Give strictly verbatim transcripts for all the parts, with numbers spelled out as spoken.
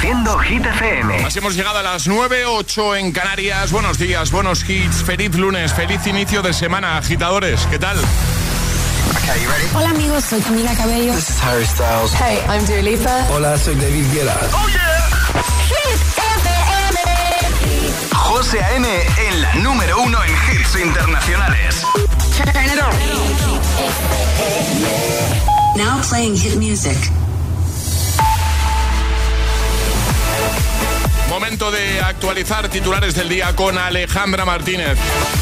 Reproduciendo Hit F M. Así hemos llegado a las nueve, ocho en Canarias. Buenos días, buenos hits. Feliz lunes, feliz inicio de semana, agitadores. ¿Qué tal? Okay, you ready? Hola amigos, soy Camila Cabello. This is Harry Styles. Hey, I'm Dua Lipa. Hola, soy David Guetta. ¡Oh, yeah! Hit F M. José A M en la número uno en hits internacionales. Turn it on. Now playing hit music. Momento de actualizar titulares del día con Alejandra Martínez.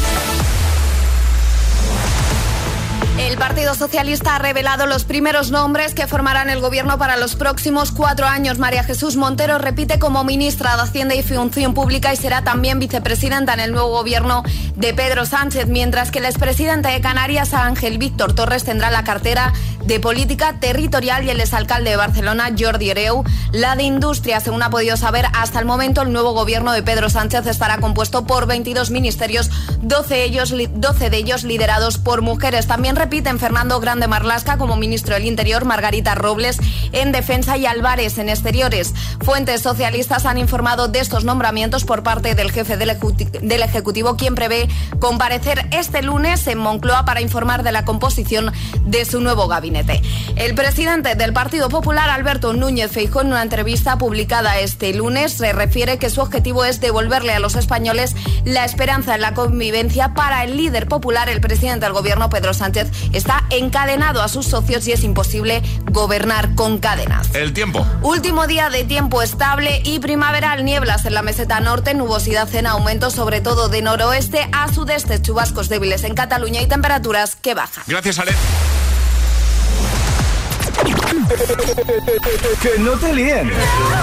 El Partido Socialista ha revelado los primeros nombres que formarán el gobierno para los próximos cuatro años. María Jesús Montero repite como ministra de Hacienda y Función Pública y será también vicepresidenta en el nuevo gobierno de Pedro Sánchez, mientras que el expresidente de Canarias, Ángel Víctor Torres, tendrá la cartera de Política Territorial y el exalcalde de Barcelona, Jordi Hereu, la de Industria. Según ha podido saber hasta el momento, el nuevo gobierno de Pedro Sánchez estará compuesto por veintidós ministerios, doce de ellos, doce de ellos liderados por mujeres. También repiten Fernando Grande Marlaska como ministro del Interior, Margarita Robles en Defensa y Álvarez en Exteriores. Fuentes socialistas han informado de estos nombramientos por parte del jefe del, ejecuti- del Ejecutivo, quien prevé comparecer este lunes en Moncloa para informar de la composición de su nuevo gabinete. El presidente del Partido Popular, Alberto Núñez Feijóo, en una entrevista publicada este lunes, se refiere que su objetivo es devolverle a los españoles la esperanza en la convivencia. Para el líder popular, el presidente del gobierno, Pedro Sánchez, está encadenado a sus socios y es imposible gobernar con cadenas. El tiempo. Último día de tiempo estable y primaveral. Nieblas en la meseta norte, nubosidad en aumento, sobre todo de noroeste a sudeste, chubascos débiles en Cataluña y temperaturas que bajan. Gracias, Ale. Que no te líen.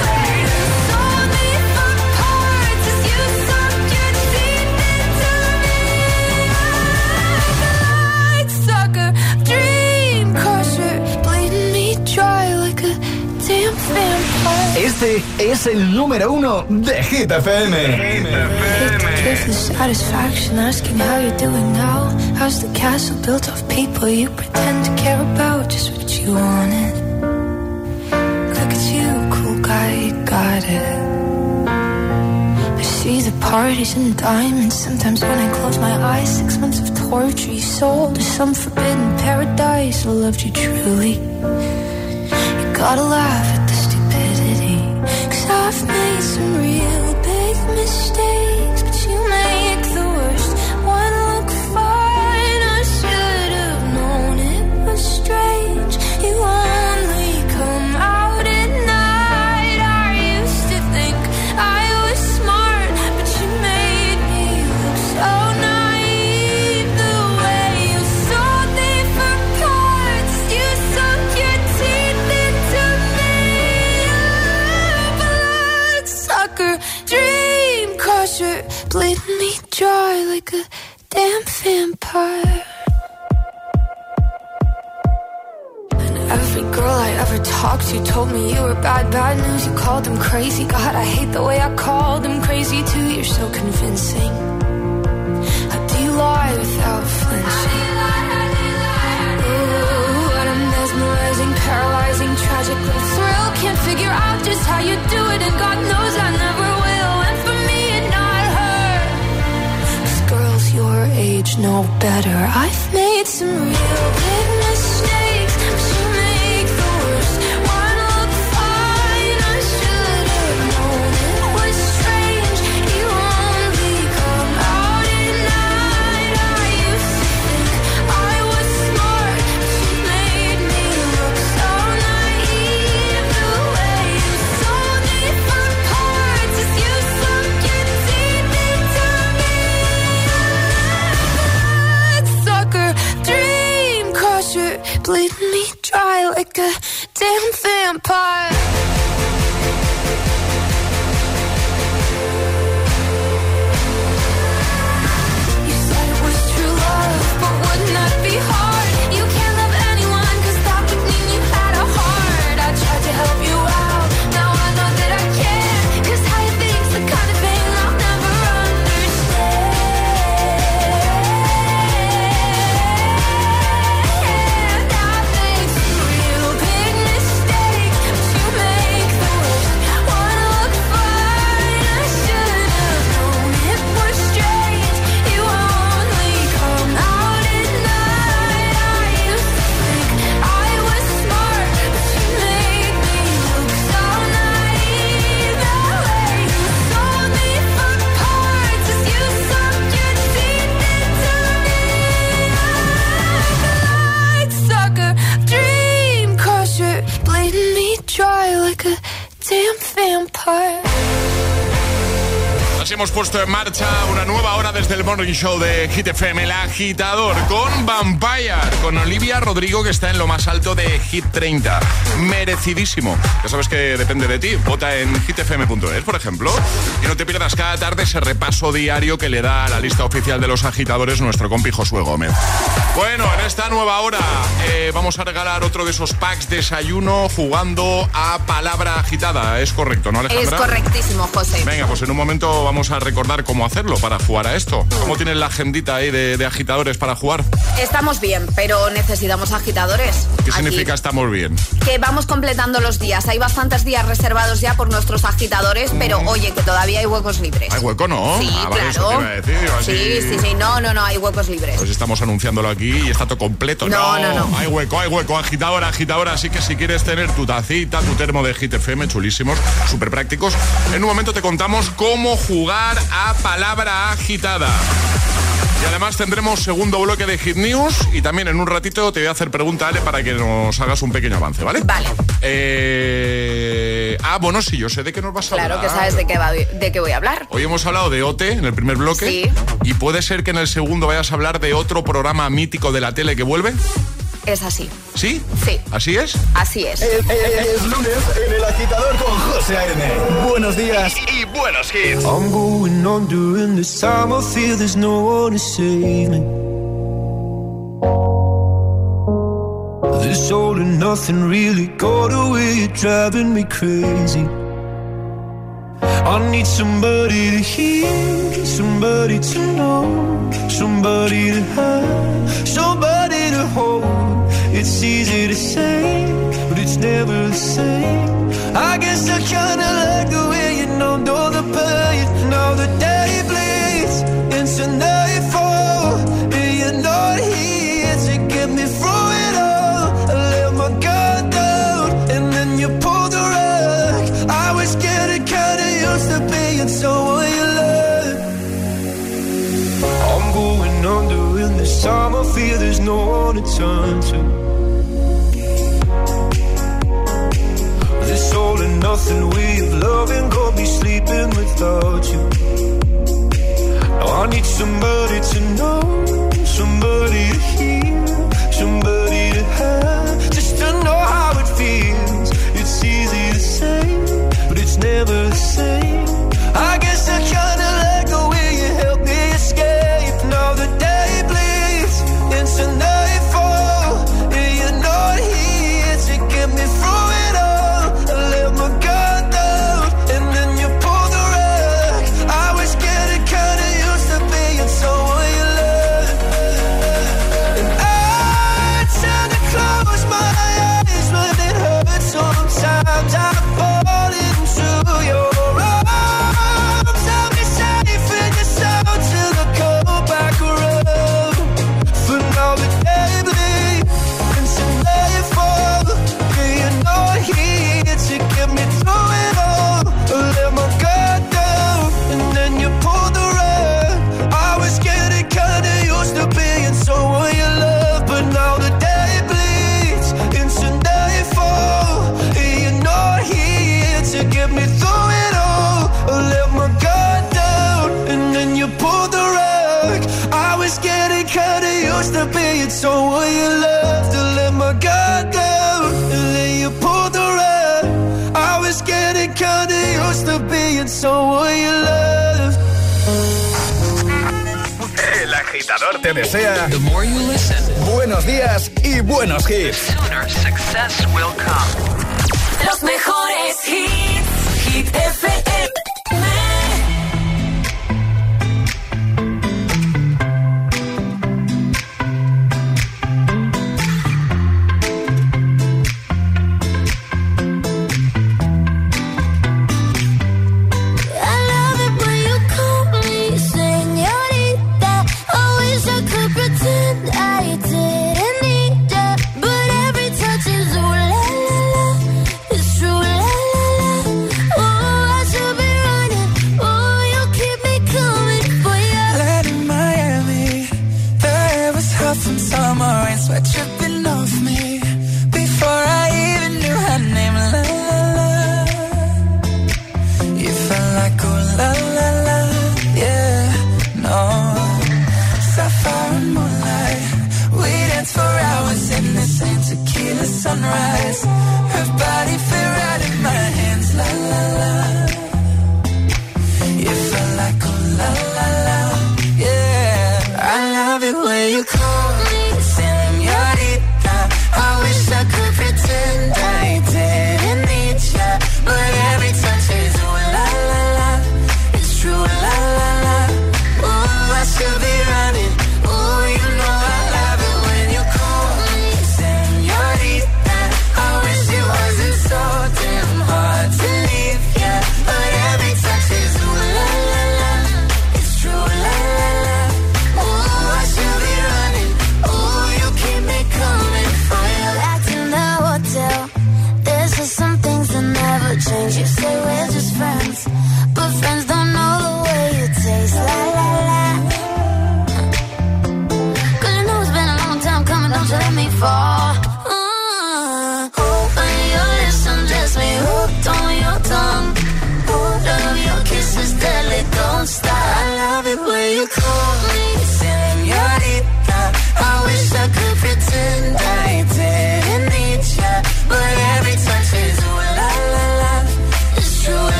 Este es el número uno de Hit F M. Give the satisfaction asking how you're doing now. How's the castle built of people you pretend to care about? Just what you wanted. Look at you, cool guy, you got it. I see the parties and diamonds. Sometimes when I close my eyes, six months of torture you sold to some forbidden paradise. I loved you truly. You gotta laugh at the stupidity, 'cause I've made some real big mistakes, but you make the worst one look fine. I should have known it was strange. You only come out at night. I used to think I was smart, but you made me look so naive. The way you sold me for parts, you sunk your teeth into me. Bloodsucker, dream crusher, bleeding me dry like a damn vampire. And every girl I ever talked to told me you were bad, bad news. You called them crazy. God, I hate the way I called them crazy too. You're so convincing. How do you lie without flinching? Ooh, what a mesmerizing, paralyzing, tragic little thrill. Can't figure out just how you do it, and God knows I never will. And for me and not her, 'cause girls your age know better. I've made some real big mistakes, but you make the worst one look fine. I should have known it was strange. You only come out at night. I used to think I was smart, but you made me look so naive. The way you sold me for parts is you sunk your teeth into me. Bloodsucker, dream crusher, bleeding me dry like a damn vampire. You said it was true love, but wouldn't that be hard? You can't love anyone, 'cause that would mean you had a heart. I tried to help you out, now I know that I can't, 'cause how you think's the kind of thing I'll never understand. I've made some real big mistakes. Así hemos puesto en marcha una nueva hora desde el Morning Show de Hit F M, El Agitador, con Vampire, con Olivia Rodrigo, que está en lo más alto de Hit treinta. Merecidísimo. Ya sabes que depende de ti. Vota en hit f m punto es, por ejemplo, y no te pierdas cada tarde ese repaso diario que le da a la lista oficial de los agitadores nuestro compi Josué Gómez. Bueno, en esta nueva hora eh, vamos a regalar otro de esos packs desayuno jugando a palabra agitada. ¿Es correcto, no, Alejandra? Es correctísimo, José. Venga, pues en un momento vamos a recordar cómo hacerlo para jugar a esto. ¿Cómo tienes la agendita ahí de, de agitadores para jugar? Estamos bien, pero necesitamos agitadores. ¿Qué Aquí. significa estamos bien? Que vamos completando los días. Hay bastantes días reservados ya por nuestros agitadores, mm. pero oye, que todavía hay huecos libres. ¿Hay hueco, no? Sí, ah, vale, claro. Eso te iba a decir, así... Sí, sí, sí. No, no, no, hay huecos libres. Pues estamos anunciándolo aquí y está todo completo. No, no, no. no. Hay hueco, hay hueco. Agitadora, agitadora. Así que si quieres tener tu tacita, tu termo de Hit F M, chulísimos, súper prácticos, en un momento te contamos cómo jugar a palabra agitada. Y además tendremos segundo bloque de Hit News y también en un ratito te voy a hacer pregunta, Ale, para que nos hagas un pequeño avance, ¿vale? Vale. Eh... Ah, bueno, sí, yo sé de qué nos vas a claro hablar. Claro que sabes de qué, va, de qué voy a hablar. Hoy hemos hablado de O T en el primer bloque. Sí. Y puede ser que en el segundo vayas a hablar de otro programa mítico de la tele que vuelve. Es así. ¿Sí? Sí. ¿Así es? Así es. Es, es, es lunes en El Agitador con José A M. Buenos días y, y buenos hits. I'm going on during this time. I feel there's no one to save me. This all and nothing really got away, driving me crazy. I need somebody to hear, somebody to know, somebody to have, somebody to hold. It's easy to say, but it's never the same. I guess I kinda like the way you know, know the pain. Now the day bleeds into nightfall, and you're not here to get me through it all. I let my guard down, and then you pulled the rug. I was getting kinda used to being someone you love. I'm going under in this time. I feel there's no one to turn to. This all and nothing way of loving got me sleeping without you. Now I need somebody to know, somebody to hear, somebody to have, just to know how it feels. It's easy to say, but it's never the same. I guess I kinda like the way you help me escape. Now the day bleeds into nightfall, and you're not here to get me through it all. I let my guard down, and then you pulled the rug. I was getting kinda used to being someone you love. And I tend to close my eyes when it hurts. Sometimes I fall into your arms. I'll be safe in your sound till I come back around. For now the day bleeds into nightfall, and you're not here to get me through it all. I let my guard down, and then you pulled the rug. I was getting kinda used to being someone you love, but now the day bleeds into nightfall, and you're not here to get me through it all. I let my guard down, and then you pulled the rug. I was getting kinda used to being someone you love. To let my guard down, and then you pulled the rug. I was getting kinda used to being someone you love. El agitador te desea The more you listen, buenos días y buenos hits. sooner success will come. Los mejores hits. Hit F M. True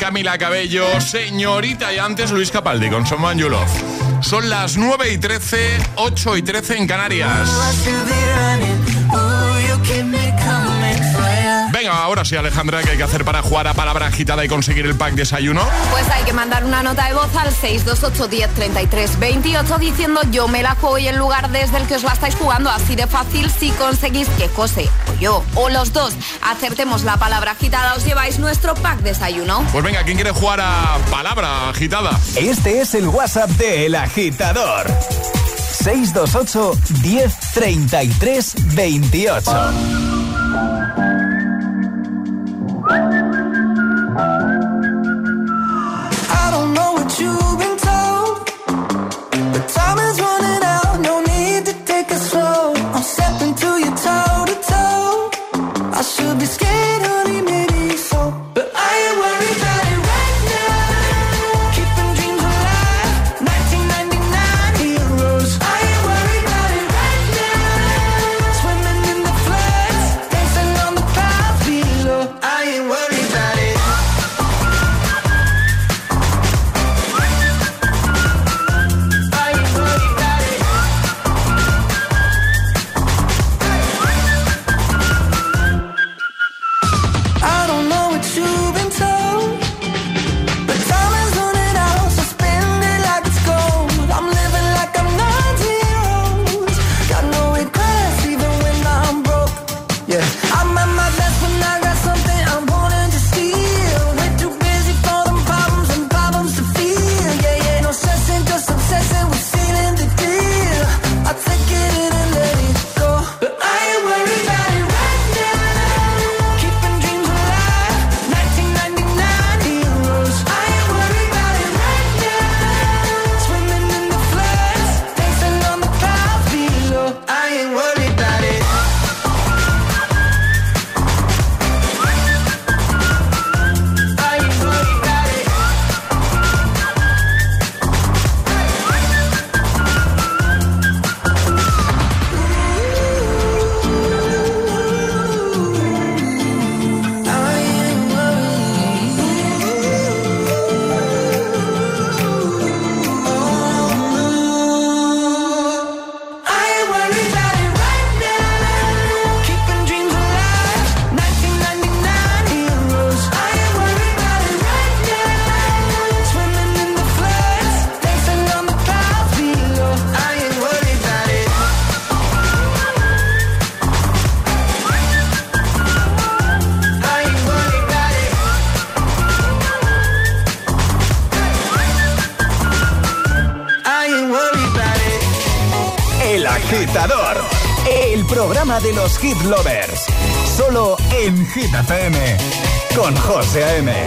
Camila Cabello, Señorita, y antes Luis Capaldi con Someone You Love. Son las nueve y trece, ocho y trece en Canarias. Venga, ahora sí, Alejandra, ¿qué hay que hacer para jugar a palabra agitada y conseguir el pack desayuno? Pues hay que mandar una nota de voz al seis dos ocho, diez, treinta y tres, veintiocho diciendo yo me la juego y el lugar desde el que os la estáis jugando. Así de fácil, si conseguís que José o yo o los dos acertemos la palabra agitada, os lleváis nuestro pack desayuno. Pues venga, ¿quién quiere jugar a palabra agitada? Este es el WhatsApp de El Agitador. seis dos ocho, diez, treinta y tres, veintiocho. I don't know what you've been told, but time is running out, no need to take it slow. I'm stepping to you toe to toe. I should be scared, honey, maybe so, but I ain't worried about it right now. Keeping dreams alive, nineteen ninety-nine heroes. I ain't worried about it right now. Swimming in the floods, dancing on the clouds below. I ain't worried about it. I don't know what you've been told, but time is running out, so spend it like it's gold. I'm living like I'm nineteen years old. Got no regrets even when I'm broke. Yeah, I'm at my best when I got something I'm wanting to steal. Way too busy for them problems and problems to feel. Yeah, yeah, no stressing, just obsessing with sealing the deal. I take it in and let it go, but I ain't worried about it right now. Keeping dreams alive, nineteen ninety-nine heroes. I ain't worried about it right now. Swimming in the floods, dancing on the clouds below. I ain't worried about it. I ain't worried about it. I ain't I ain't worried about it right now. Keeping dreams alive, nineteen ninety-nine heroes. I ain't worried about it right now. Swimming in the floods, dancing on the clouds below. I ain't worried about it. I ain't worried about it. I ain't worried about it. El Agitador, el programa de los hit lovers. Solo en Hit F M, con José A M.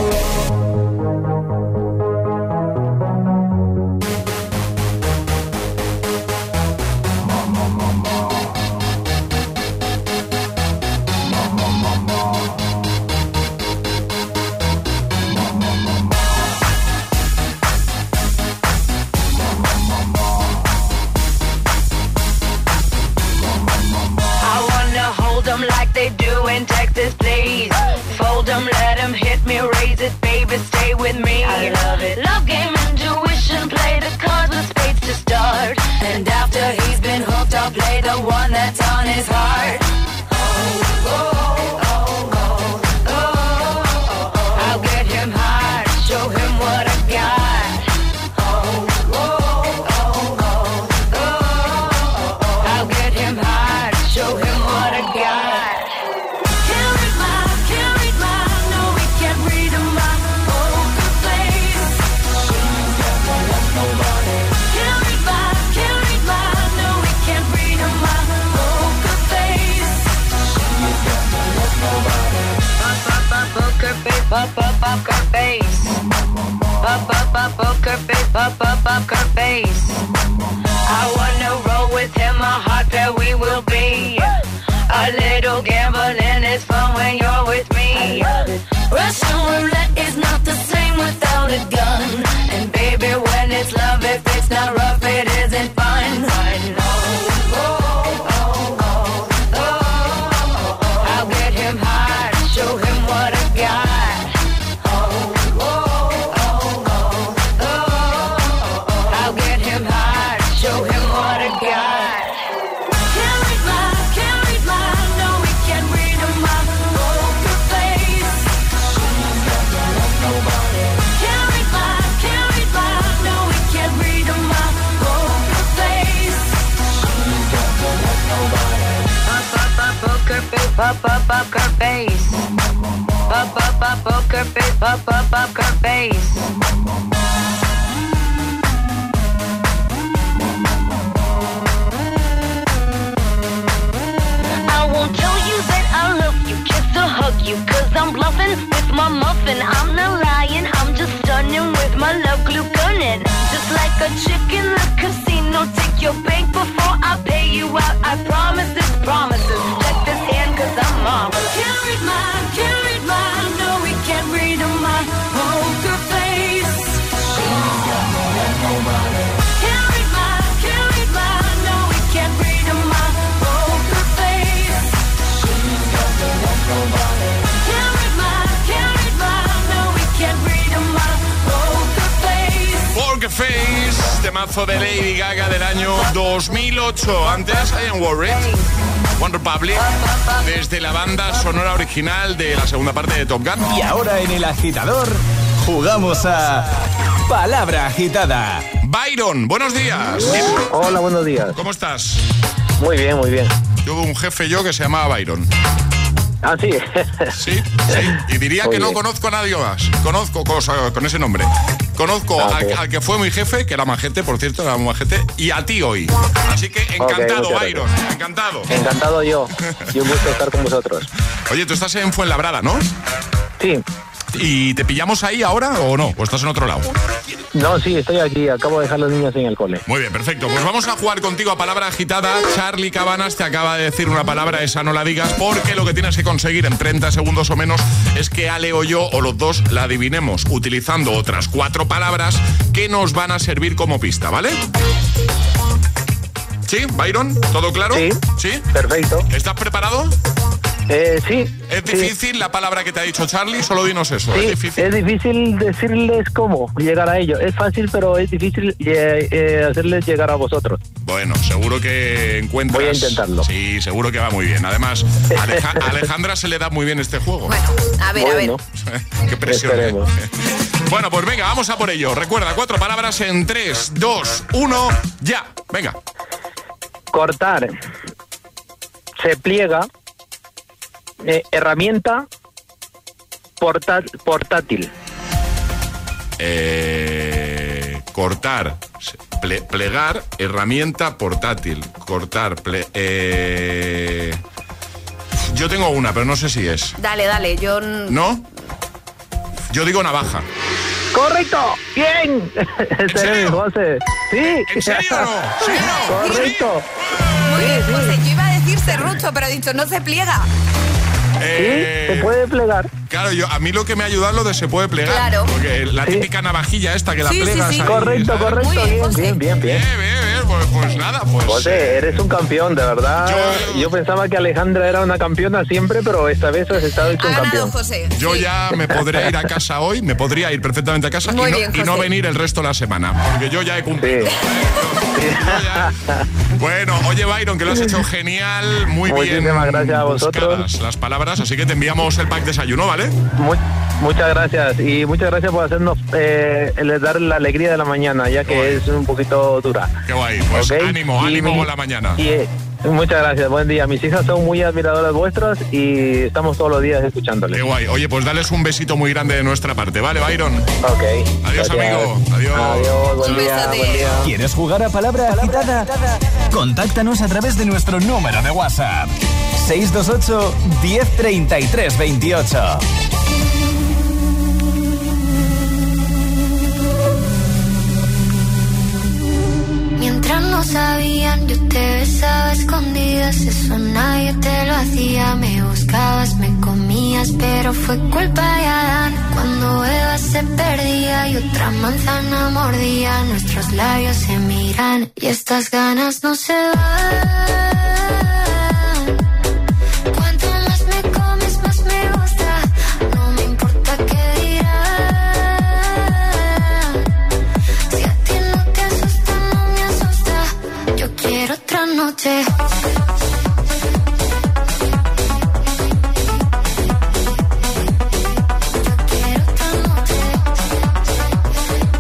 I wanna hold them like they do in Texas, please. Fold them, let them hit me, raise it, baby, stay with me. I love it. Love game, intuition, play the cards with spades to start. And after he's been hooked, I'll play the one that's on his heart. Oh, oh, oh, oh, oh, oh. I'll get him hard, show him what I got. Oh, oh, oh, oh, oh. I'll get him hard, show him what I got. Can't read my, can't read my, no, we can't read my poker face. She's never left nobody. Can't read my, can't read my, no, we can't read my poker face. She's never left nobody. Pop, pop, pop, poker face, pop, pop, poker face. Pop, pop, pop, poker face, pop, pop, poker face. I wanna roll with him, a hot pair we will be. A little gambling is fun when you're with me. Russian roulette is not the same without a gun. And baby, when it's love, if it's not rough, it isn't fun. Oh, oh, oh, oh, oh. I'll get him hard, show him what I got. Oh, oh, poker face, pop, pop, poker face. I won't tell you that I love you, kiss or hug you, cause I'm bluffing with my muffin. I'm not lying, I'm just stunning with my love glue gunning. Just like a chick in the casino, take your bank before I pay you out. I promise this promises. Check this hand cause I'm marvelous. Can't read mine, can't read mine. No, we can't read on my poker face. She's got more than nobody. Can't read mine, can't read mine. No, we can't read on my poker face. She's got more than nobody. Can't read mine, can't read mine. No, we can't read on my poker face. Poker Face, temazo de Lady Gaga del año dos mil ocho. Antes, I Am Worried, One Republic, desde la banda sonora original de la segunda parte de Top Gun. Y ahora en El Agitador, jugamos a Palabra Agitada. Byron, buenos días. Hola, buenos días. ¿Cómo estás? Muy bien, muy bien. Tuve un jefe yo que se llamaba Byron. Ah, sí. Sí, sí. Y diría Muy que no bien. conozco a nadie más. Conozco cosas con ese nombre. Conozco Ah, al, sí. al que fue mi jefe, que era majete, por cierto, era un majete, y a ti hoy. Así que encantado, muchas Byron, encantado. Encantado yo. Y un gusto estar con vosotros. Oye, tú estás en Fuenlabrada, ¿no? Sí. ¿Y te pillamos ahí ahora o no? ¿O estás en otro lado? No, sí, estoy aquí. Acabo de dejar a los niños en el cole. Muy bien, perfecto. Pues vamos a jugar contigo a palabra agitada. Charlie Cabanas te acaba de decir una palabra, esa no la digas, porque lo que tienes que conseguir en treinta segundos o menos es que Ale o yo o los dos la adivinemos utilizando otras cuatro palabras que nos van a servir como pista, ¿vale? ¿Sí, Byron? ¿Todo claro? Sí. ¿Sí? Perfecto. ¿Estás preparado? Eh, sí. ¿Es sí. difícil la palabra que te ha dicho Charlie? Solo dinos eso. Sí, ¿Es difícil? es difícil decirles cómo llegar a ello. Es fácil, pero es difícil eh, eh, hacerles llegar a vosotros. Bueno, seguro que encuentras... Voy a intentarlo. Sí, seguro que va muy bien. Además, Aleja- a Alejandra se le da muy bien este juego. Bueno, a ver, Bueno, a ver. Qué presión. ¿eh? esperemos. Bueno, pues venga, vamos a por ello. Recuerda, cuatro palabras en tres, dos, uno, ya. Venga. Cortar. Se pliega. Eh, herramienta. Porta- portátil. Eh, cortar, ple- plegar, herramienta portátil. Cortar, ple- eh, yo tengo una, pero no sé si es. Dale, dale, yo... n- ¿No? Yo digo navaja. ¡Correcto! ¡Bien! Ese serio? eres, José. Sí. ¿En serio o no? ¿Sí o no? Correcto. Muy bien, Sí, sí. José, yo iba a decir serrucho, pero he dicho, no se pliega. Eh, Sí, se puede plegar. Claro, yo, a mí lo que me ha ayudado es lo de se puede plegar. Claro. Porque la Sí. típica navajilla esta que la Sí, sí, plegas sí. ahí, Correcto, ¿sabes? correcto. Muy bien, Bien, José. bien, bien, Bien, bien. bien, bien. Pues, pues nada, pues... José, eres un campeón, de verdad. Yo- Yo, pensaba que Alejandra era una campeona siempre, pero esta vez has estado hecho Ha un ganado campeón. José. Yo Sí. ya me podré ir a casa hoy, me podría ir perfectamente a casa y Muy no, bien, y no José. venir el resto de la semana, porque yo ya he cumplido. Sí. Yo ya- Bueno, oye Byron, que lo has hecho genial, muy bien. Muchísimas gracias a vosotros. buscadas las palabras, así que te enviamos el pack desayuno, ¿vale? Mu- muchas gracias y muchas gracias por hacernos eh, el dar la alegría de la mañana, ya que Guay. es un poquito dura. Qué guay, pues ¿Ok? ánimo, Y ánimo mi- con la mañana. y, eh, muchas gracias, buen día. Mis hijas son muy admiradoras vuestras y estamos todos los días escuchándoles. Qué guay. Oye, pues dales un besito muy grande de nuestra parte, ¿vale, Byron? Ok. Adiós, gracias. amigo. Adiós. Adiós, buen Un día, besote. buen día. ¿Quieres jugar a Palabra Agitada? Contáctanos a través de nuestro número de WhatsApp. seis dos ocho, diez treinta y tres veintiocho. Mientras no sabían, yo te besaba a escondidas. Eso nadie te lo hacía. Me buscabas, me comías, pero fue culpa de Adán. Cuando Eva se perdía y otra manzana mordía, nuestros labios se miran y estas ganas no se van. Cuanto más me comes, más me gusta. No me importa qué dirán. Si a ti no te asusta, no me asusta. Yo quiero otra noche.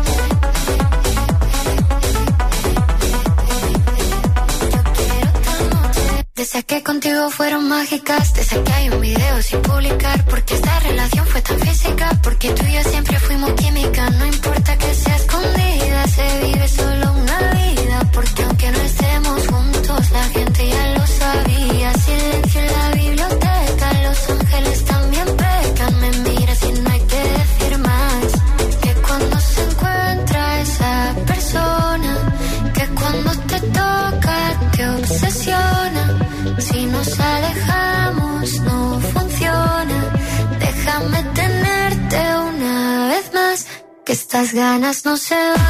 Yo quiero otra noche. Esas que contigo fueron mágicas. Te saqué hay un video sin publicar. Porque esta relación fue tan física. Porque tú y yo siempre fuimos química. No importa que sea escondida, se vive solo una vida. Porque aunque no estemos juntos, la gente ya lo sabía. Silencio en la biblioteca, los ángeles también pecan. Me miras y no hay que decir más. Que cuando se encuentra esa persona, que cuando te toca te obsesiona. Si nos alejamos no funciona. Déjame tenerte una vez más, que estas ganas no se van.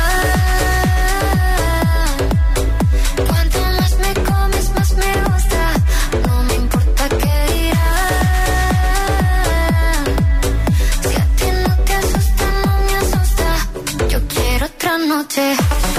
Cuanto más me comes más me gusta. No me importa qué dirán. Si a ti no te asusta no me asusta. Yo quiero otra noche.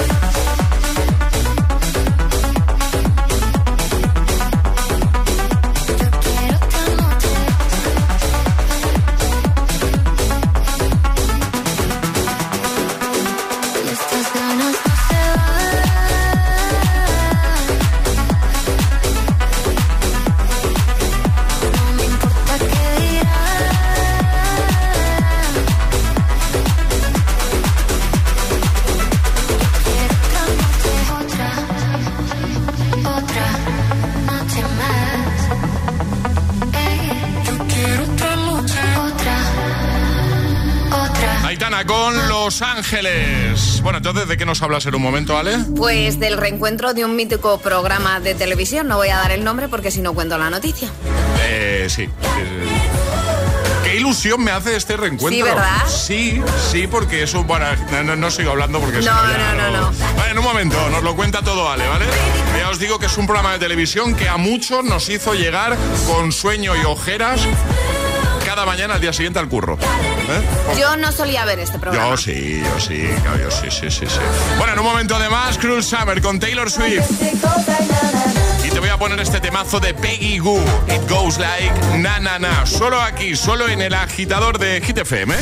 Con Los Ángeles. Bueno, entonces, ¿de qué nos hablas en un momento, Ale? Pues del reencuentro de un mítico programa de televisión. No voy a dar el nombre porque si no cuento la noticia. Eh, sí. Qué ilusión me hace este reencuentro. Sí, ¿verdad? Sí, sí, porque eso, bueno, no, no sigo hablando porque... No, si no, ya no, no, no. Vale, en un momento, nos lo cuenta todo Ale, ¿vale? Ya os digo que es un programa de televisión que a muchos nos hizo llegar con sueño y ojeras cada mañana al día siguiente al curro. ¿Eh? Yo no solía ver este programa. Yo sí, yo sí, claro, yo sí, sí, sí, sí. Bueno, en un momento además, Cruel Summer con Taylor Swift. Y te voy a poner este temazo de Peggy Gou, It Goes Like Na Na Na. Solo aquí, solo en el agitador de Hit F M.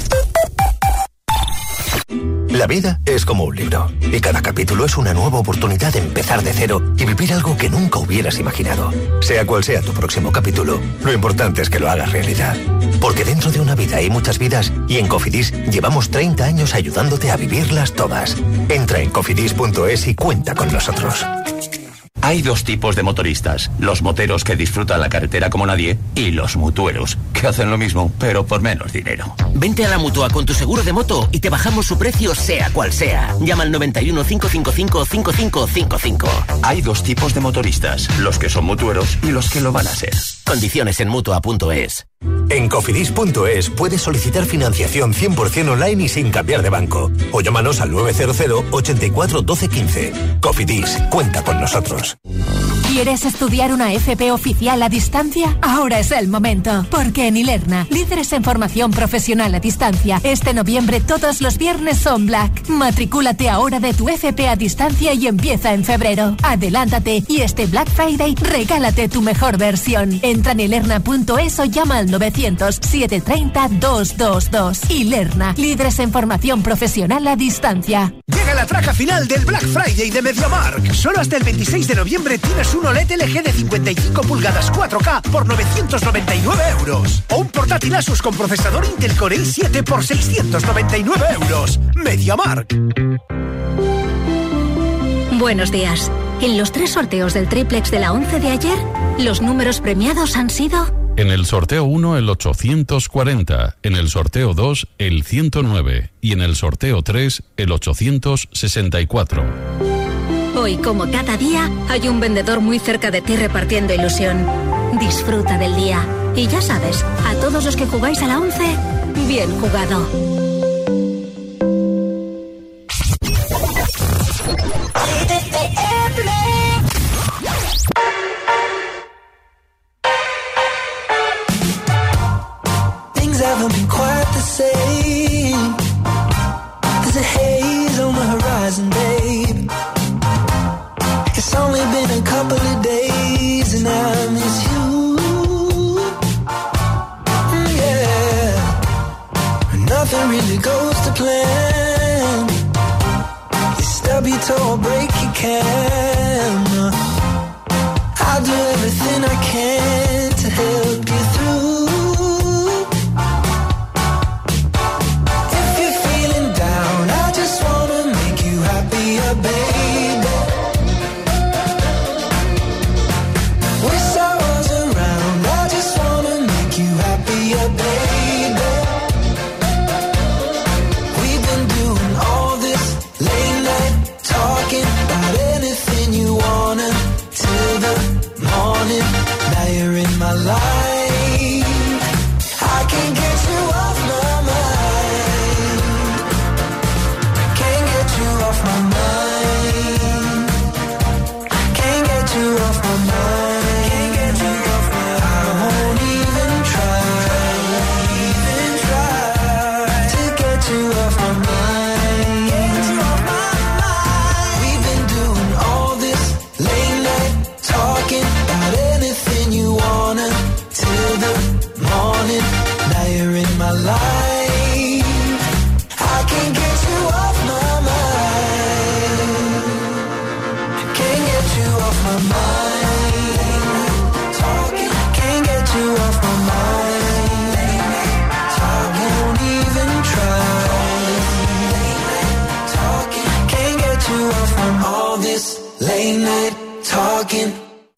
La vida es como un libro, y cada capítulo es una nueva oportunidad de empezar de cero y vivir algo que nunca hubieras imaginado. Sea cual sea tu próximo capítulo, lo importante es que lo hagas realidad. Porque dentro de una vida hay muchas vidas, y en Cofidis llevamos treinta años ayudándote a vivirlas todas. Entra en cofidis punto es y cuenta con nosotros. Hay dos tipos de motoristas, los moteros que disfrutan la carretera como nadie y los mutueros, que hacen lo mismo, pero por menos dinero. Vente a la Mutua con tu seguro de moto y te bajamos su precio sea cual sea. Llama al noventa y uno, cinco cinco cinco, cinco cinco cinco cinco. Hay dos tipos de motoristas, los que son mutueros y los que lo van a ser. Condiciones en mutua punto es. En cofidis punto es puedes solicitar financiación cien por ciento online y sin cambiar de banco. O llámanos al nueve cero cero, ochenta y cuatro, doce, quince. Cofidis, cuenta con nosotros. ¿Quieres estudiar una F P oficial a distancia? Ahora es el momento, porque en Ilerna, líderes en formación profesional a distancia, este noviembre todos los viernes son Black. Matricúlate ahora de tu F P a distancia y empieza en febrero. Adelántate y este Black Friday regálate tu mejor versión. Entra en ilerna punto es o llama al novecientos, setecientos treinta, doscientos veintidós. Ilerna, líderes en formación profesional a distancia. Llega la traca final del Black Friday de MediaMarkt. Solo hasta el veintiséis de noviembre tienes un O L E D L G de cincuenta y cinco pulgadas cuatro K por novecientos noventa y nueve euros. O un portátil Asus con procesador Intel Core i siete por seiscientos noventa y nueve euros. MediaMarkt. Buenos días. En los tres sorteos del triplex de la once de ayer, los números premiados han sido... En el sorteo uno, el ochocientos cuarenta, en el sorteo dos, el ciento nueve y en el sorteo tres, el ochocientos sesenta y cuatro. Hoy, como cada día, hay un vendedor muy cerca de ti repartiendo ilusión. Disfruta del día. Y ya sabes, a todos los que jugáis a la once, bien jugado. Things haven't been quite the same. There's a haze on the horizon, babe. It's only been a couple of days and I miss you. Yeah, nothing really goes to plan. You stub your toe or break your can. I'll do everything Late night talking.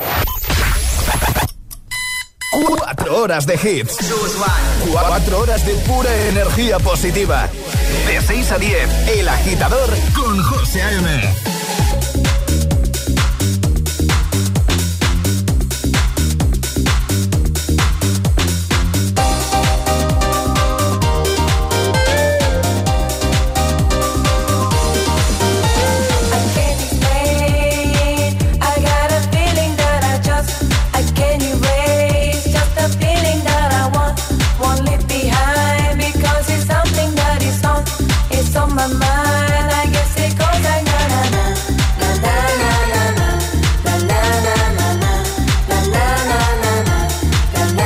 Cuatro horas de hits. Cuatro horas de pura energía positiva. De seis a diez, El Agitador con José A M. My mind, I guess it goes like na na na na na na na na na na na na na na na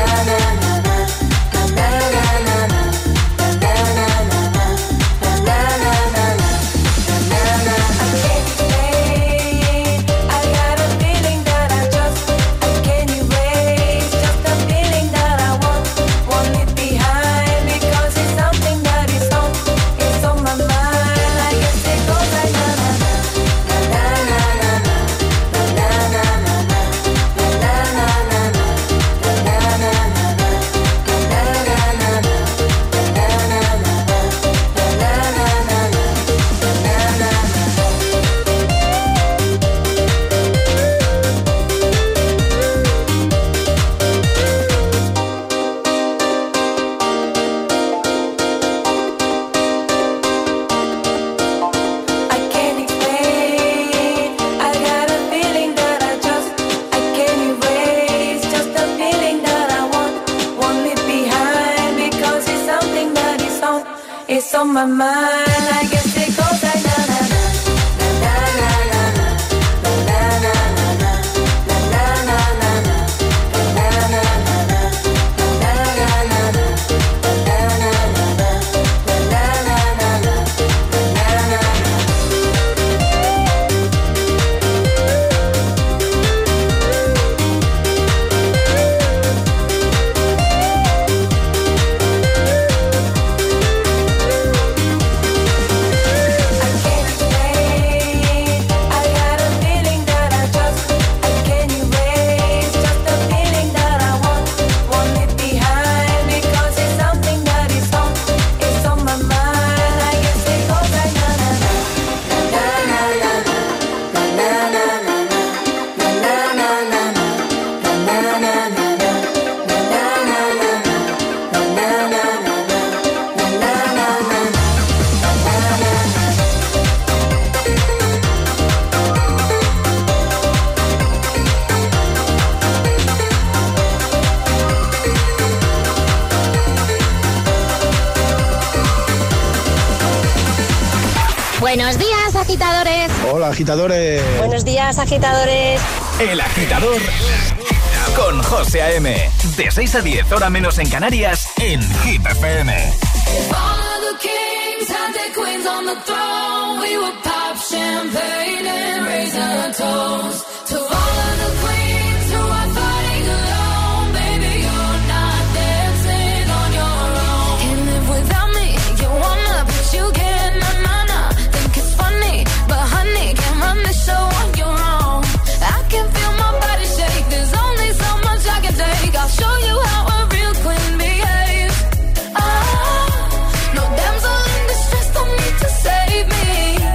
on my mind. I guess it goes like na na na na na na na na na na na na na Buenos días, agitadores. Hola, agitadores. Buenos días, agitadores. El Agitador con José A M. De seis a diez, hora menos en Canarias, en Hit F M. I'll show you how a real queen behaves. Ah, no damsel in distress, don't need to save me.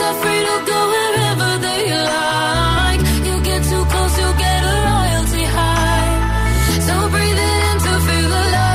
are free to go wherever they like. You get too close, you get a royalty high. So breathe it in to feel the love.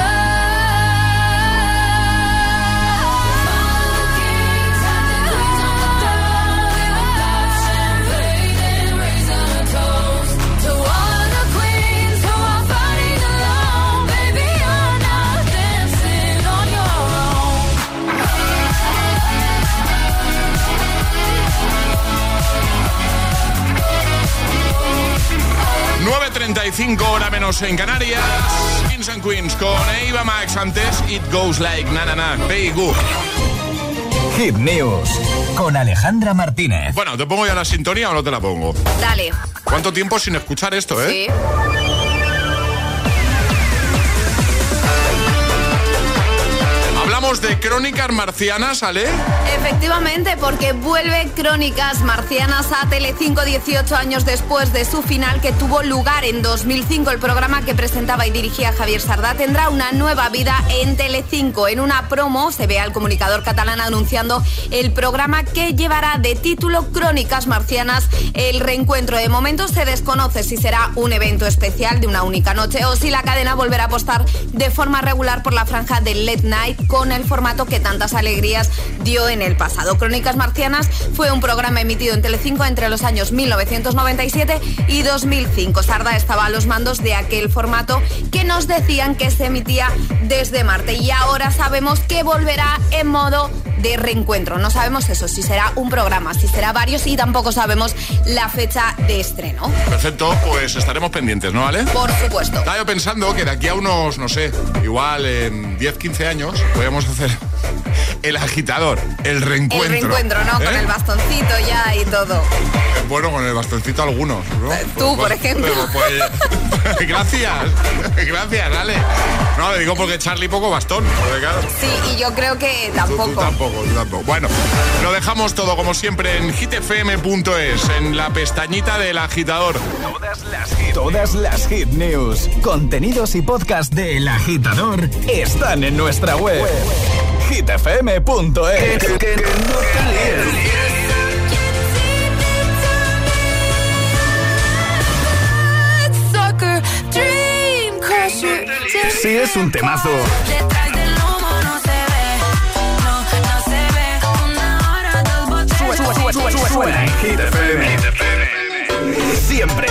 nueve treinta y cinco, hora menos en Canarias. Kings and Queens con Eva Max. Antes, It Goes Like Na Na Na, Pay Good. Hit News con Alejandra Martínez. Bueno, ¿te pongo ya la sintonía o no te la pongo? Dale. ¿Cuánto tiempo sin escuchar esto, eh? Sí. Hablamos de Crónicas Marcianas, ¿Ale? Efectivamente, porque vuelve Crónicas Marcianas a Telecinco dieciocho años después de su final que tuvo lugar en dos mil cinco. El programa que presentaba y dirigía Javier Sardá tendrá una nueva vida en Telecinco. En una promo se ve al comunicador catalán anunciando el programa que llevará de título Crónicas Marcianas, el reencuentro. De momento se desconoce si será un evento especial de una única noche o si la cadena volverá a apostar de forma regular por la franja del Late Night con el formato que tantas alegrías dio en el pasado. Crónicas Marcianas fue un programa emitido en Telecinco entre los años mil novecientos noventa y siete y dos mil cinco. Sardá estaba a los mandos de aquel formato que nos decían que se emitía desde Marte y ahora sabemos que volverá en modo de reencuentro. No sabemos eso, si será un programa, si será varios y tampoco sabemos la fecha de estreno. Perfecto, pues estaremos pendientes, ¿no, Ale? Por supuesto. Estaba yo pensando que de aquí a unos, no sé, igual en diez, quince años podemos hacer el agitador, el reencuentro. El reencuentro, ¿no? ¿Eh? Con el bastoncito ya y todo. Bueno, con el bastoncito algunos, ¿no? Tú, pues, por ejemplo. Pues, gracias, gracias, Ale. No, le digo porque Charlie poco bastón, porque claro. Sí, y yo creo que tampoco. Tú, tú tampoco, tú tampoco. Bueno, lo dejamos todo como siempre en hit f m punto es, en la pestañita del agitador. Todas las hit, Todas las hit news, contenidos y podcast de El Agitador están en nuestra web. hit f m punto es. Que, que no te líes. Sí, es un temazo. Detrás del humo no se ve, no, no se ve. Una hora, dos botellas. Suena, suena, suena, suena en Hit F M. Siempre.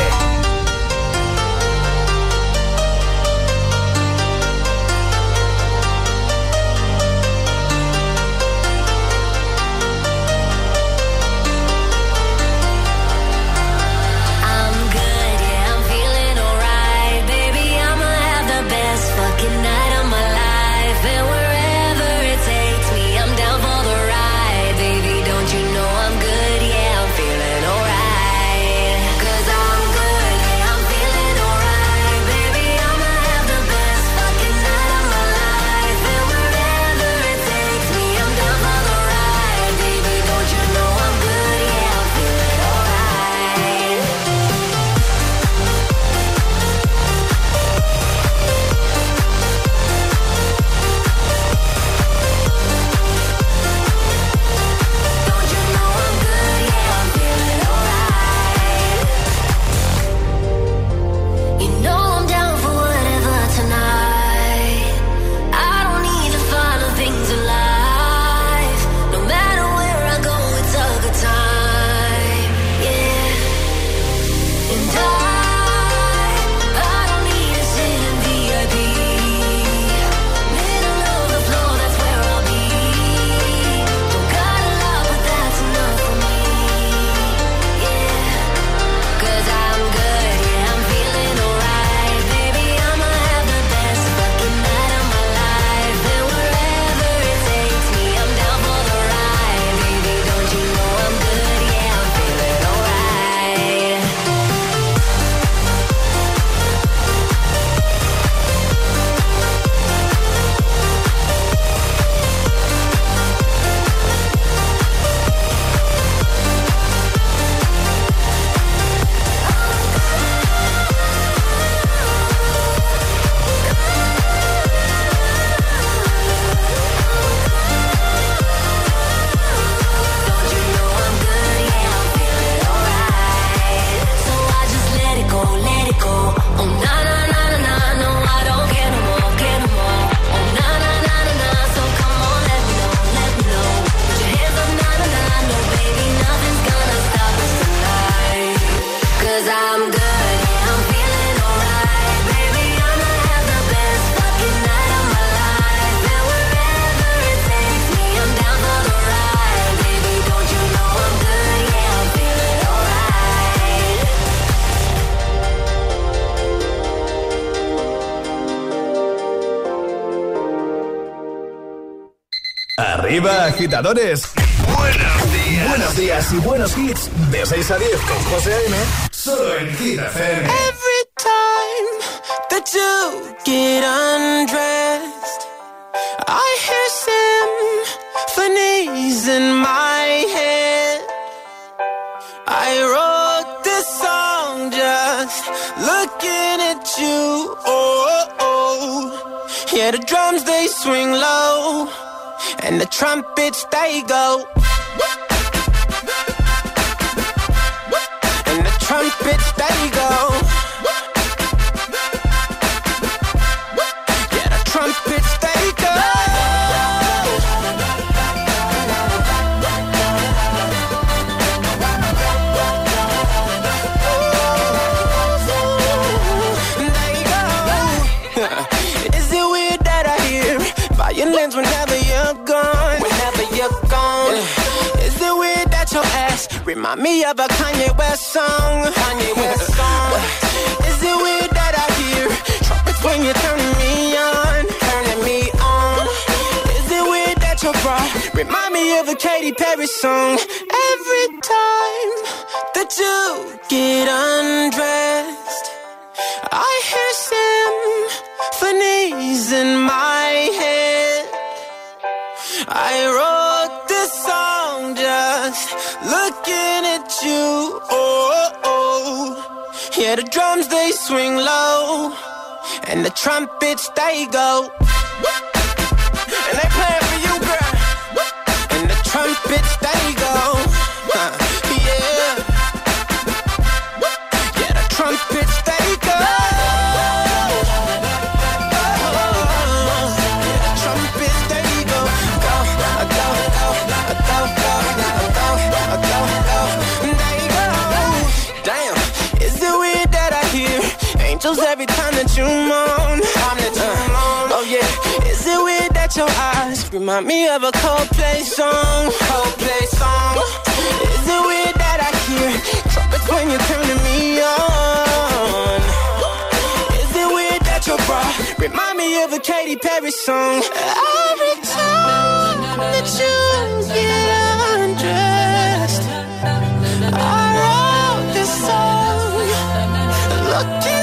Arriba, agitadores. Buenos días. Buenos días y buenos hits. De seis a diez con José A M. Solo en Hit F M. Every time that you get undressed, I hear symphonies in my head. I wrote this song just looking at you. Oh, oh. Yeah, the drums they swing low, and the trumpets they go. And the trumpets they go. Yeah, the trumpets they go. Is it weird that I hear violins whenever you're gone? Whenever you're gone. Yeah. Is it weird that your ass remind me of a Kanye West song? Kanye West song. Is it weird that I hear trumpets when you're turning me on? Turning me on. Is it weird that your bra remind me of a Katy Perry song? Every time that you get undressed, I hear symphonies in my head. I wrote this song just looking at you. Oh, oh. Yeah, the drums they swing low, and the trumpets they go. And they play for you, girl. And the trumpets they go. Huh, yeah. Yeah, the trumpets they go. Every time that you moan, time that you moan. Oh yeah, is it weird that your eyes remind me of a Coldplay song? Coldplay song. Is it weird that I hear trumpets when you're turning me on? Is it weird that your bra remind me of a Katy Perry song? Every time that you get undressed, I wrote this song looking.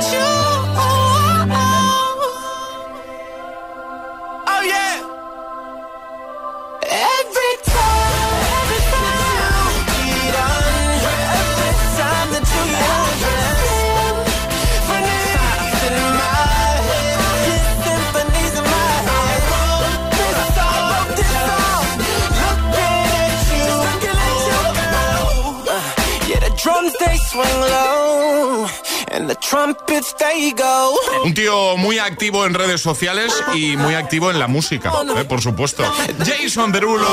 Un tío muy activo en redes sociales y muy activo en la música, ¿eh? Por supuesto. Jason Derulo.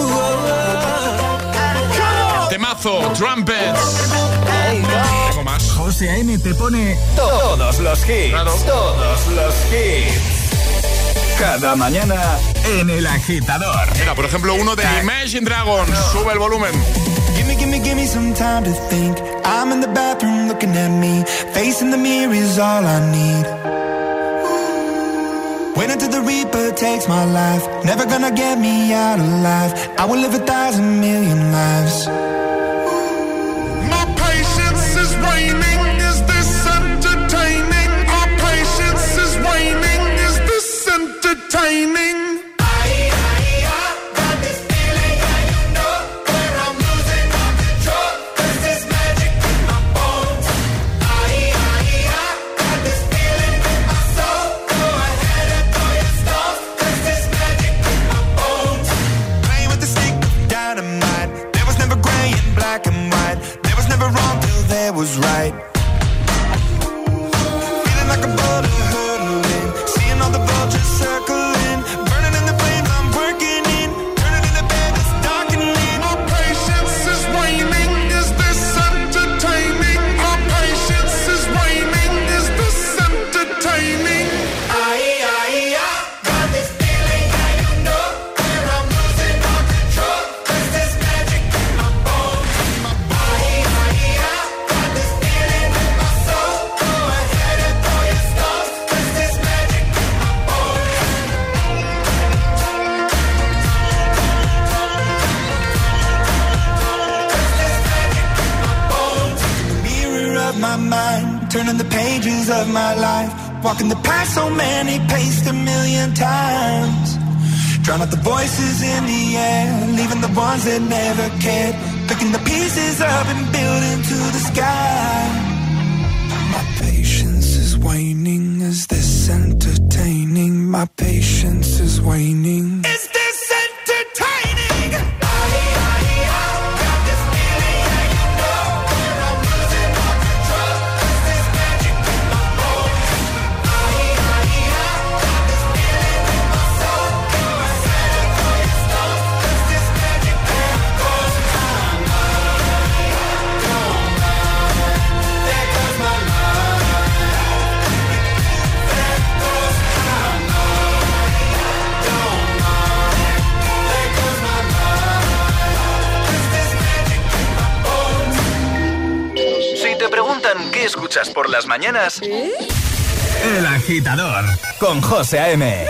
Temazo, Trumpets. Tengo más. José A M te pone todos los hits. Claro. Todos los hits. Cada mañana en El Agitador. Mira, por ejemplo, uno de Imagine Dragons. Sube el volumen. Gimme, gimme, gimme some time to think. I'm in the bathroom looking at me. Facing the mirror is all I need. Wait until the Reaper takes my life. Never gonna get me out alive. I will live a thousand million lives. My patience is waning. Is this entertaining? Our patience is waning. Is this entertaining? Was right. Feeling like a boulder hurtling, seeing all the vultures circling. turning the pages of my life, walking the path so many paced a million times. Drown out the voices in the air, leaving the ones that never cared. Picking the pieces up and building to the sky. My patience is waning, is this entertaining? My patience is waning. Is this entertaining? ¿Qué escuchas por las mañanas? ¿Eh? El Agitador con José A M.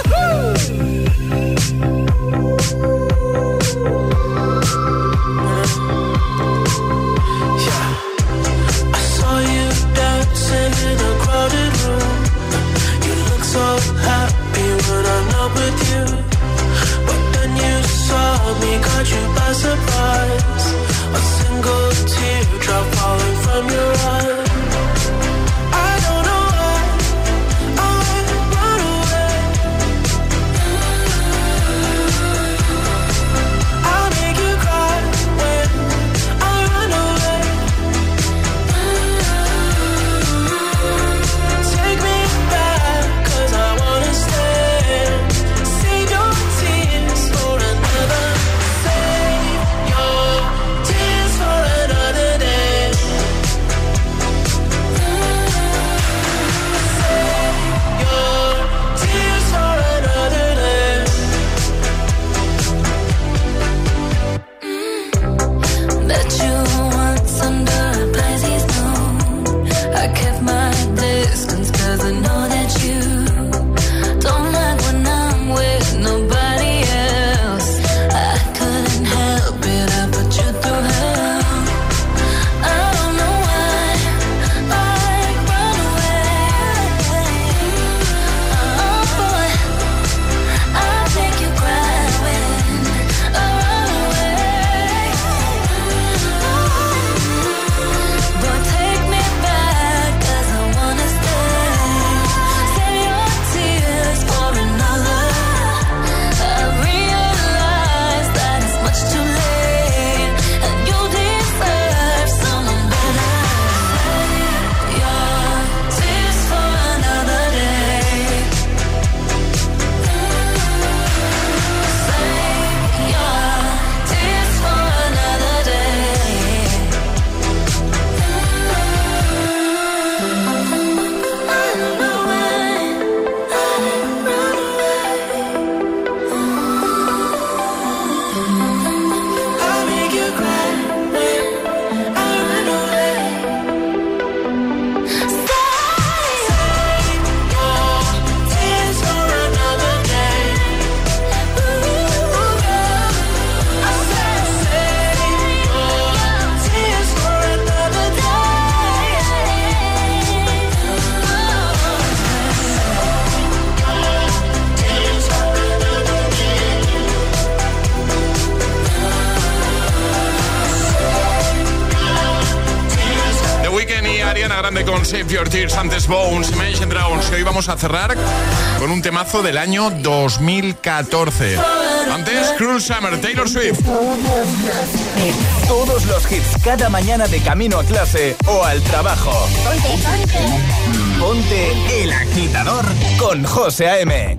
From your eyes, I don't know why I run Grande con Save Your Tears, antes Bones, Imagine Dragons. Hoy vamos a cerrar con un temazo del año dos mil catorce. Antes, Cruel Summer, Taylor Swift. Todos los hits cada mañana de camino a clase o al trabajo. Ponte, ponte. Ponte El Agitador con José A M.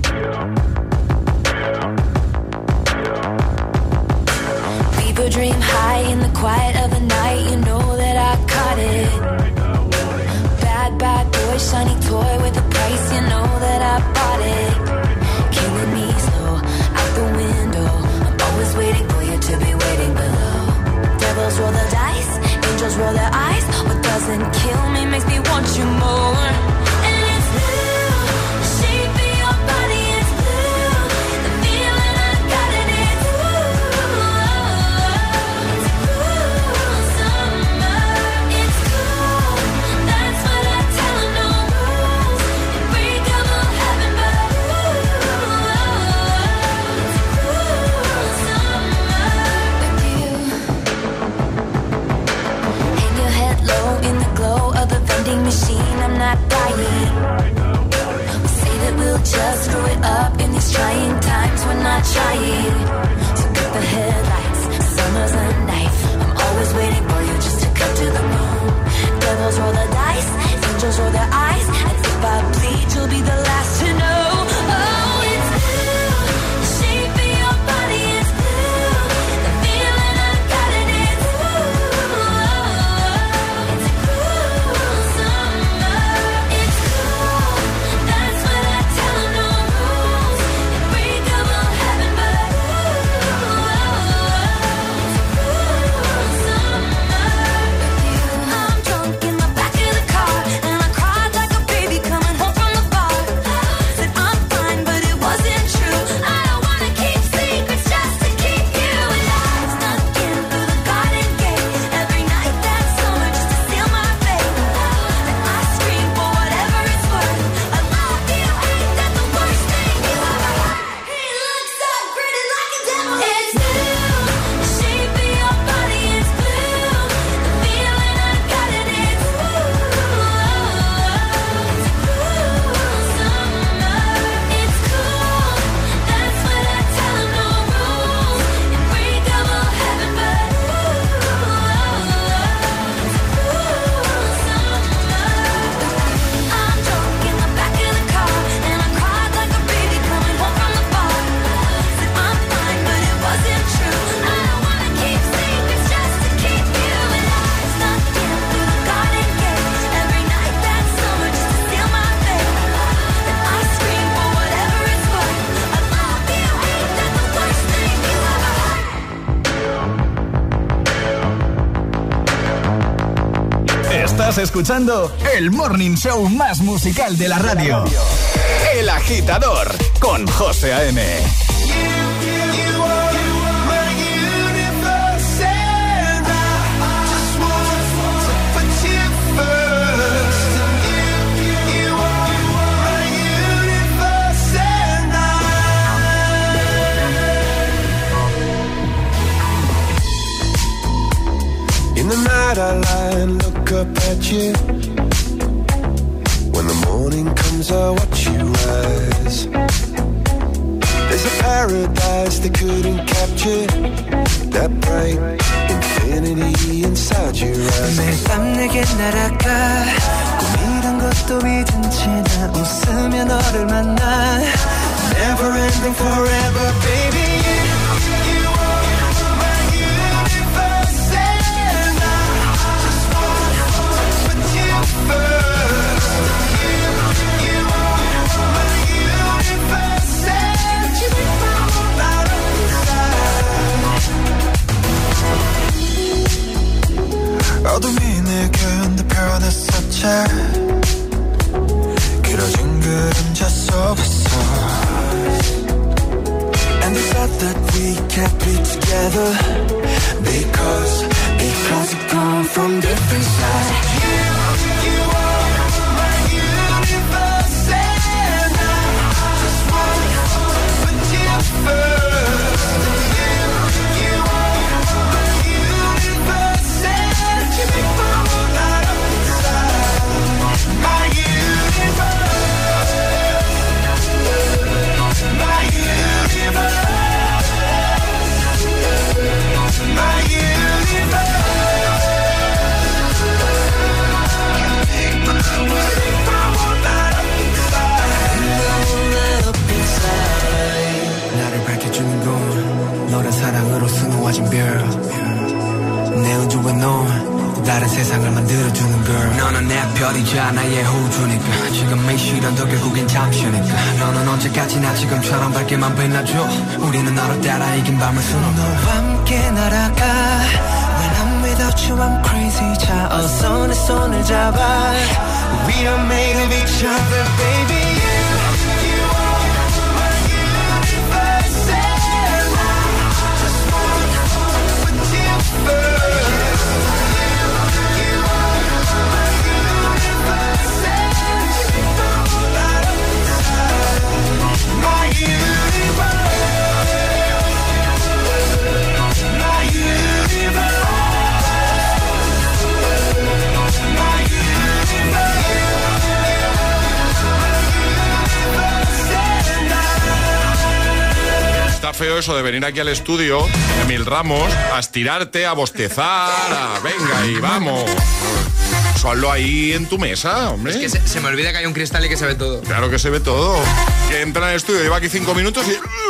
People dream high in the quiet of the night. You know that I caught it. Bad, bad boy, shiny toy with a price. You know that I bought it. Killing me slow, out the window. I'm always waiting for you to be waiting below. Devils roll the dice, angels roll their eyes. What doesn't kill me makes me want you more. And it's blue, the shape of your body is blue. The feeling I got it is blue. It's cool summer, it's cool. That's what I up in these trying times. We're not trying. So cut the headlights. Summer's a knife. I'm always waiting for you just to cut to the bone. Devils roll the dice. Angels roll their eyes. And if I bleed, you'll be the last to know. Oh, it's blue. The shape of your body is blue. The feeling I got it is blue. It's a cruel summer. It's cool. That's what I tell 'em. No rules. Unbreakable heaven, but ooh, it's a cruel summer with you. I'm drunk in the back of the car, and I cried like a baby coming home from the bar. Said I'm fine, but it wasn't true. I don't wanna keep secrets just to keep you alive. Snuck in through the garden gate every night that summer just to seal my fate. And I scream for whatever it's worth. I love you, ain't that the worst thing you ever heard? He looks so pretty like a devil. It's blue, the shape of your body is blue. The feeling I got it is blue. It's a cruel summer. It's cool. That's what I tell 'em. No rules. Unbreakable heaven, but ooh, it's a cruel summer. I'm drunk in the back of the car, and I cried like a baby coming home from the bar. Said I'm fine, but it wasn't true. I don't wanna keep secrets just to keep you alive. Snuck in through the garden gate every night that summer just to seal my fate. And I scream for whatever it's worth. I love you, ain't that the worst thing you ever heard? Estás escuchando el morning show más musical de la radio. El Agitador con José A M. In the night I lie and look up at you. When the morning comes I watch you rise. There's a paradise they couldn't capture. That bright infinity inside your eyes. 매일 밤 내게 날아가 꿈이란 것도 믿은 채 나 웃으며 너를 만나. Never ending forever baby. 어둠이 내게 펴냈었지. 길어진 그림자 속에서. And they thought that we can't be together Because, because we come from different sides. You, you are my universe and I just wanna put you first. You, you are my universe and you make my world light up inside. My universe, my universe. My universe. 나를 밝혀주는 건 너란 사랑으로 수놓아진 별. 내 우주에 넌 다른 세상을 만들어주는 girl. 너는 내 별이자 나의 호주니까 지금 이 시련도 결국엔 잠시니까 너는 언제까지나 지금처럼 밝게만 빛나줘. 우리는 너를 따라 이긴 밤을 수놓아. 너와 함께 날아가. When I'm without you I'm crazy. 자 어서 내 손을 잡아. We are made of each other baby. feo eso de venir aquí al estudio, Emil Ramos, a estirarte, a bostezar, a venga y vamos. Solo ahí en tu mesa, hombre. Es que se, se me olvida que hay un cristal y que se ve todo. Claro que se ve todo. Que entra en el estudio, lleva aquí cinco minutos y...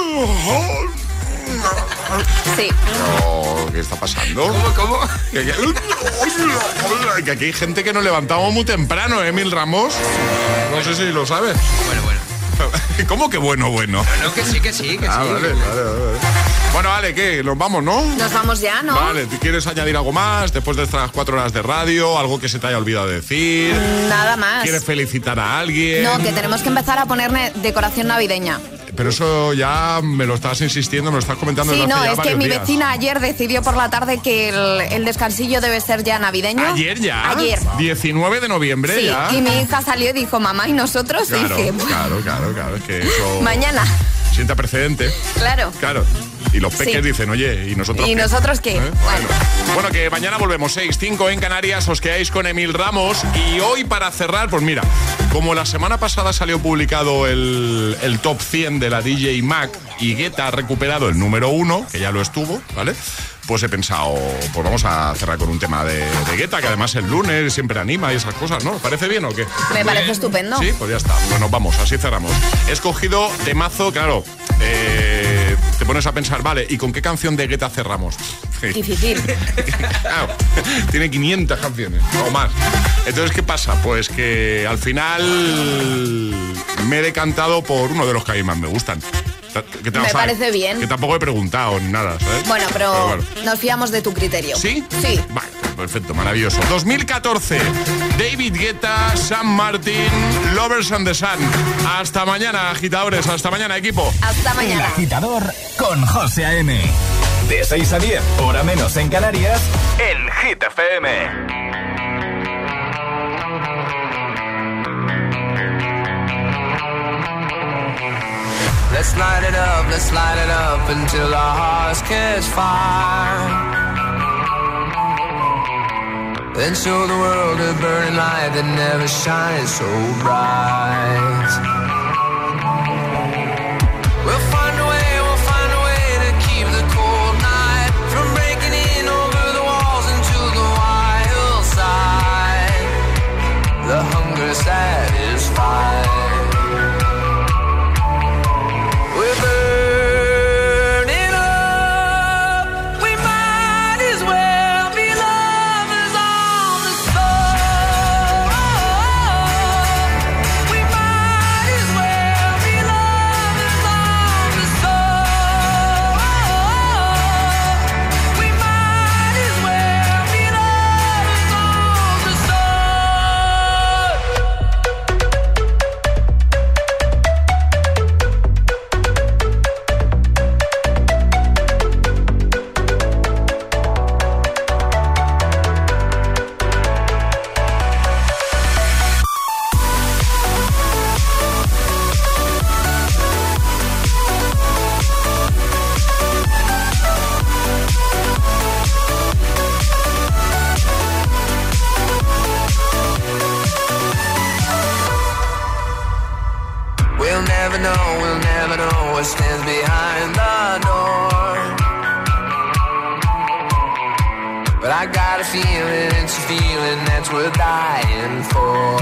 Sí. No, ¿qué está pasando? ¿Cómo, cómo? Que, que, que aquí hay gente que nos levantamos muy temprano, ¿eh, Emil Ramos? No sé si lo sabes. Bueno, bueno. ¿Cómo que bueno, bueno? No, no, que sí, que sí, que ah, sí. Vale, vale, vale. Bueno, vale, ¿qué? ¿Nos vamos, no? Nos vamos ya, ¿no? Vale, ¿quieres añadir algo más después de estas cuatro horas de radio? ¿Algo que se te haya olvidado decir? Nada más. ¿Quieres felicitar a alguien? No, que tenemos que empezar a poner decoración navideña. Pero eso ya me lo estás insistiendo, me lo estás comentando Sí, desde no, hace ya es que varios mi días. vecina ayer decidió por la tarde que el, el descansillo debe ser ya navideño. ¿Ayer ya? Ayer. diecinueve de noviembre Sí, ya. y mi hija salió y dijo, mamá, ¿y nosotros? Claro, y dije, claro, claro, claro, es que eso... mañana. Sienta precedente. Claro. Claro. Y los peques Sí. dicen, oye, ¿y nosotros ¿Y qué? nosotros qué? ¿Eh? Bueno. Bueno, que mañana volvemos, seis cinco en Canarias, os quedáis con Emil Ramos. Y hoy para cerrar, pues mira, como la semana pasada salió publicado el, el top cien de la D J Mag y Guetta ha recuperado el número uno, que ya lo estuvo, ¿vale? Pues he pensado, pues vamos a cerrar con un tema de, de Guetta, que además el lunes siempre anima y esas cosas, ¿no? ¿Os parece bien o qué? Me parece estupendo. Sí, pues ya está. Bueno, vamos, así cerramos. He escogido temazo, claro, eh, te pones a pensar, vale, ¿y con qué canción de Guetta cerramos? Difícil. Claro, tiene quinientas canciones o más. Entonces, ¿qué pasa? Pues que al final me he decantado por uno de los que a mí más me gustan. Que te, Me o sea, parece bien. Que tampoco he preguntado ni nada, ¿sabes? Bueno, pero, Pero bueno. nos fiamos de tu criterio. ¿Sí? Sí. Vale, perfecto, maravilloso. dos mil catorce, David Guetta, Sam Martin, Lovers and the Sun. Hasta mañana, agitadores. Hasta mañana, equipo. Hasta mañana. El Agitador con José A M. De seis a diez, hora menos en Canarias, en Hit F M. Let's light it up, let's light it up until our hearts catch fire. Then show the world a burning light that never shines so bright. We'll find a way, we'll find a way to keep the cold night from breaking in over the walls into the wild side. The hunger satisfied. We're burning up. We might as well be lovers on the soul. We might as well be lovers on the soul. We might as well be lovers on the We'll never know, we'll never know what stands behind the door. But I got a feeling, it's a feeling that's worth dying for.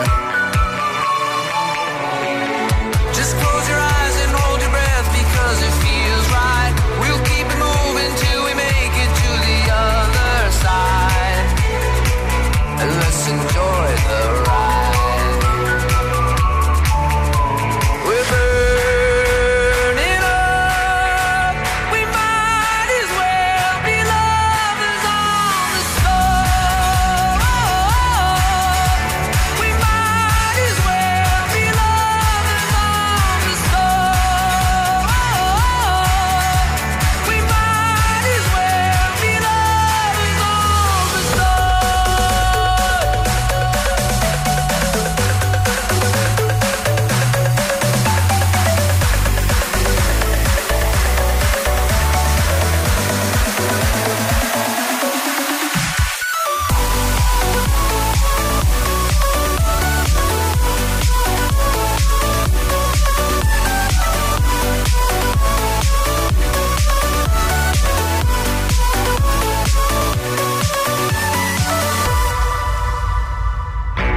Just close your eyes and hold your breath because it feels right. We'll keep it moving till we make it to the other side. And let's enjoy the ride. We're burning up. We might as well be lovers on the soul. We might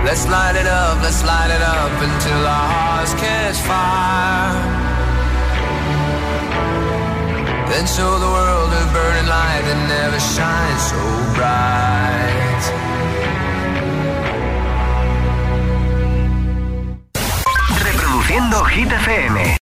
Let's light it up, let's light it up until our hearts catch fire. Then show the world a burning light that never shines so bright. Reproduciendo Hit F M.